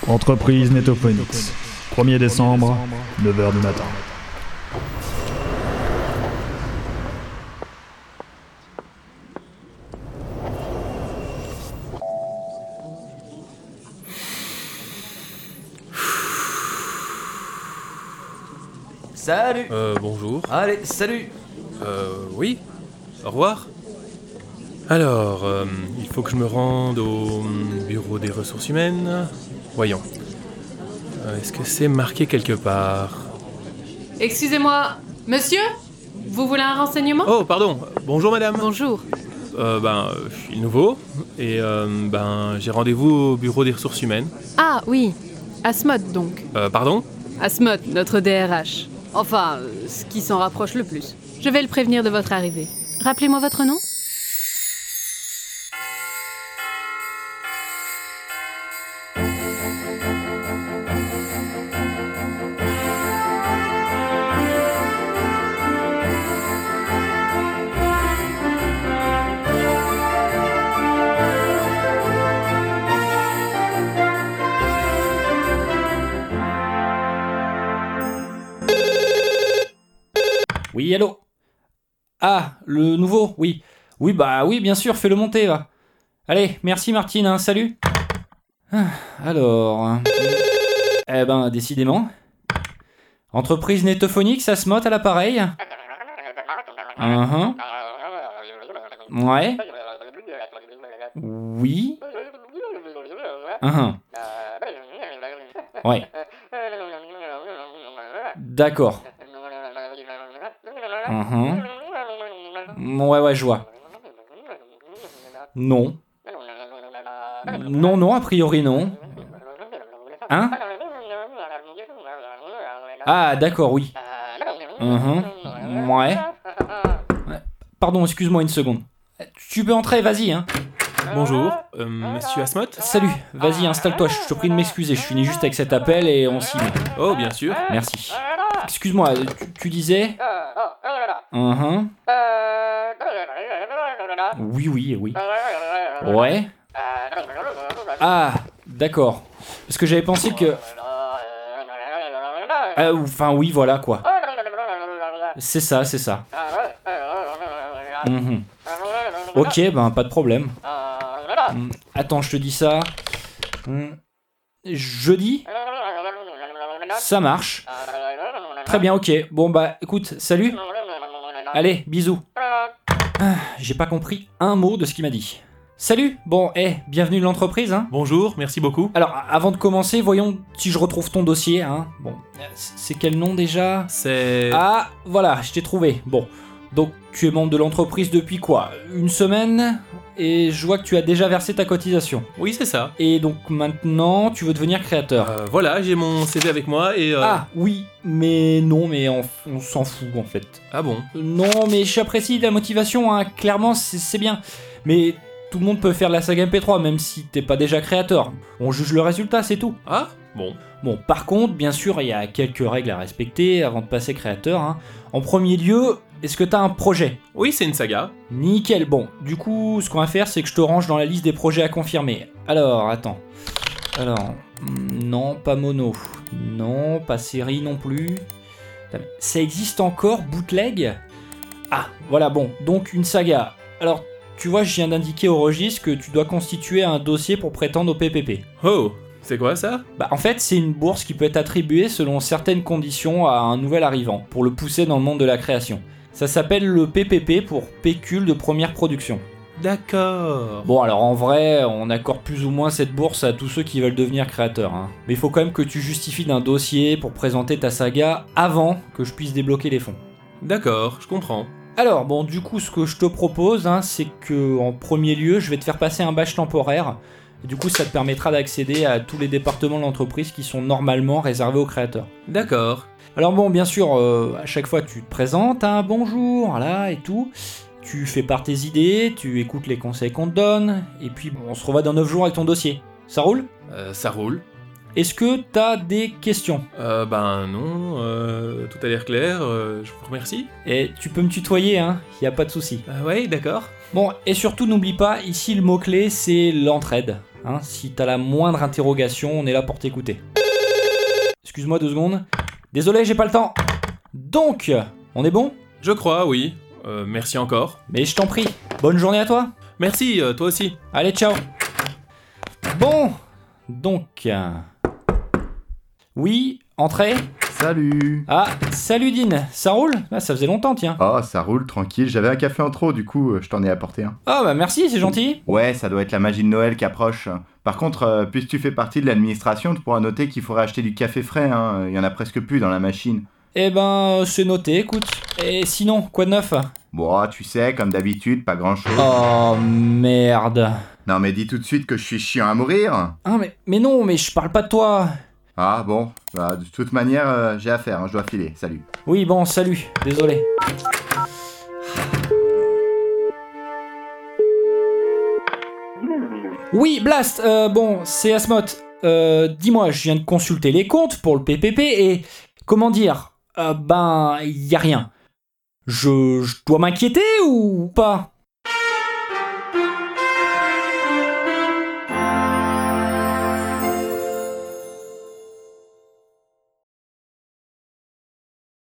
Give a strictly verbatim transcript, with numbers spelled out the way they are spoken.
Entreprise Netophonix. premier décembre, neuf heures du matin. Salut. Euh, bonjour. Allez, salut. Euh, oui. Au revoir. Alors, euh, il faut que je me rende au bureau des ressources humaines. Voyons. Euh, est-ce que c'est marqué quelque part? Excusez-moi, monsieur? Vous voulez un renseignement? Oh, pardon. Bonjour, madame. Bonjour. Euh, ben, euh, je suis nouveau. Et, euh, ben, j'ai rendez-vous au bureau des ressources humaines. Ah oui, Asmod donc. Euh, pardon? Asmod, notre D R H. Enfin, euh, ce qui s'en rapproche le plus. Je vais le prévenir de votre arrivée. Rappelez-moi votre nom? Oui, allô? Ah, le nouveau, oui. Oui, bah oui, bien sûr, fais-le monter, va. Allez, merci Martine, hein, salut. Ah, alors... Eh ben, décidément. Entreprise Netophonix, ça se mote à l'appareil. Uh-huh. Ouais. Oui. Uh-huh. Ouais. D'accord. Uh-huh. Ouais, ouais, je vois. Non. Non, non, a priori non. Hein? Ah, d'accord, oui. Uh-huh. Ouais. Pardon, excuse-moi une seconde. Tu peux entrer, vas-y, hein. Bonjour. Euh, monsieur Asmod? Salut, vas-y, installe-toi, je te prie de m'excuser, je finis juste avec cet appel et on s'y met. Oh, bien sûr. Merci. Excuse-moi, tu, tu disais? Uh-huh. Oui, oui, oui. Ouais. Ah, d'accord. Parce que j'avais pensé que... Ah, enfin, oui, voilà, quoi. C'est ça, c'est ça. Mhm. Ok, ben, pas de problème. Hum, Attends, je te dis ça. Hum, Jeudi? Ça marche. Très bien, ok. Bon, bah, écoute, salut. Allez, bisous. Ah, j'ai pas compris un mot de ce qu'il m'a dit. Salut. Bon, hé, hey, bienvenue de l'entreprise, hein. Bonjour, merci beaucoup. Alors, avant de commencer, voyons si je retrouve ton dossier, hein. Bon, c'est quel nom déjà? C'est... Ah, voilà, je t'ai trouvé. Bon, donc tu es membre de l'entreprise depuis quoi? Une semaine? Et je vois que tu as déjà versé ta cotisation. Oui, c'est ça. Et donc maintenant, tu veux devenir créateur. Euh, voilà, j'ai mon C V avec moi et... Euh... Ah, oui, mais non, mais on, on s'en fout en fait. Ah bon? Non, mais j'apprécie la motivation, hein. Clairement, c'est bien. Mais tout le monde peut faire la saga M P trois, même si t'es pas déjà créateur. On juge le résultat, c'est tout. Ah, bon. Bon, par contre, bien sûr, il y a quelques règles à respecter avant de passer créateur, hein. En premier lieu, est-ce que t'as un projet? Oui, c'est une saga. Nickel, bon, du coup, ce qu'on va faire, c'est que je te range dans la liste des projets à confirmer. Alors, attends. Alors, non, pas mono. Non, pas série non plus. Ça existe encore, bootleg? Ah, voilà, bon, donc une saga. Alors, tu vois, je viens d'indiquer au registre que tu dois constituer un dossier pour prétendre au P P P. Oh, c'est quoi ça? Bah, en fait, c'est une bourse qui peut être attribuée selon certaines conditions à un nouvel arrivant, pour le pousser dans le monde de la création. Ça s'appelle le P P P pour pécule de première production. D'accord. Bon, alors en vrai, on accorde plus ou moins cette bourse à tous ceux qui veulent devenir créateurs, hein. Mais il faut quand même que tu justifies d'un dossier pour présenter ta saga avant que je puisse débloquer les fonds. D'accord, je comprends. Alors, bon, du coup, ce que je te propose, hein, c'est que en premier lieu, je vais te faire passer un badge temporaire. Et du coup, ça te permettra d'accéder à tous les départements de l'entreprise qui sont normalement réservés aux créateurs. D'accord. Alors bon, bien sûr, euh, à chaque fois, tu te présentes, hein, bonjour, là, et tout. Tu fais part tes idées, tu écoutes les conseils qu'on te donne, et puis bon, on se revoit dans neuf jours avec ton dossier. Ça roule? Euh, ça roule. Est-ce que t'as des questions? Euh, ben non, euh, tout a l'air clair, euh, je vous remercie. Et tu peux me tutoyer, hein, y a pas de souci. Ah ouais, d'accord. Bon, et surtout n'oublie pas, ici le mot-clé c'est l'entraide. Hein, si t'as la moindre interrogation, on est là pour t'écouter. Excuse-moi deux secondes. Désolé, j'ai pas le temps. Donc, on est bon ? Je crois, oui. Euh, merci encore. Mais je t'en prie. Bonne journée à toi. Merci, euh, toi aussi. Allez, ciao. Bon, donc... euh, Oui, entrez. Salut. Ah, salut Dean, ça roule ? Ah, ça faisait longtemps, tiens. Oh, ça roule, tranquille. J'avais un café en trop, du coup, euh, je t'en ai apporté un. Ah bah merci, c'est gentil. Ouais, ça doit être la magie de Noël qui approche. Par contre, euh, puisque tu fais partie de l'administration, tu pourras noter qu'il faudrait acheter du café frais, hein. Il y en a presque plus dans la machine. Eh ben, c'est noté, écoute. Et sinon, quoi de neuf ? Bon, tu sais, comme d'habitude, pas grand-chose. Oh, merde. Non, mais dis tout de suite que je suis chiant à mourir. Ah, mais, mais non, mais je parle pas de toi. Ah, bon, bah, de toute manière, euh, j'ai affaire, hein, je dois filer. Salut. Oui, bon, salut, désolé. Oui, Blast, euh, bon, c'est Asmoth. Euh, dis-moi, je viens de consulter les comptes pour le P P P et... Comment dire ? Euh, ben, y a rien. Je, je dois m'inquiéter ou pas ?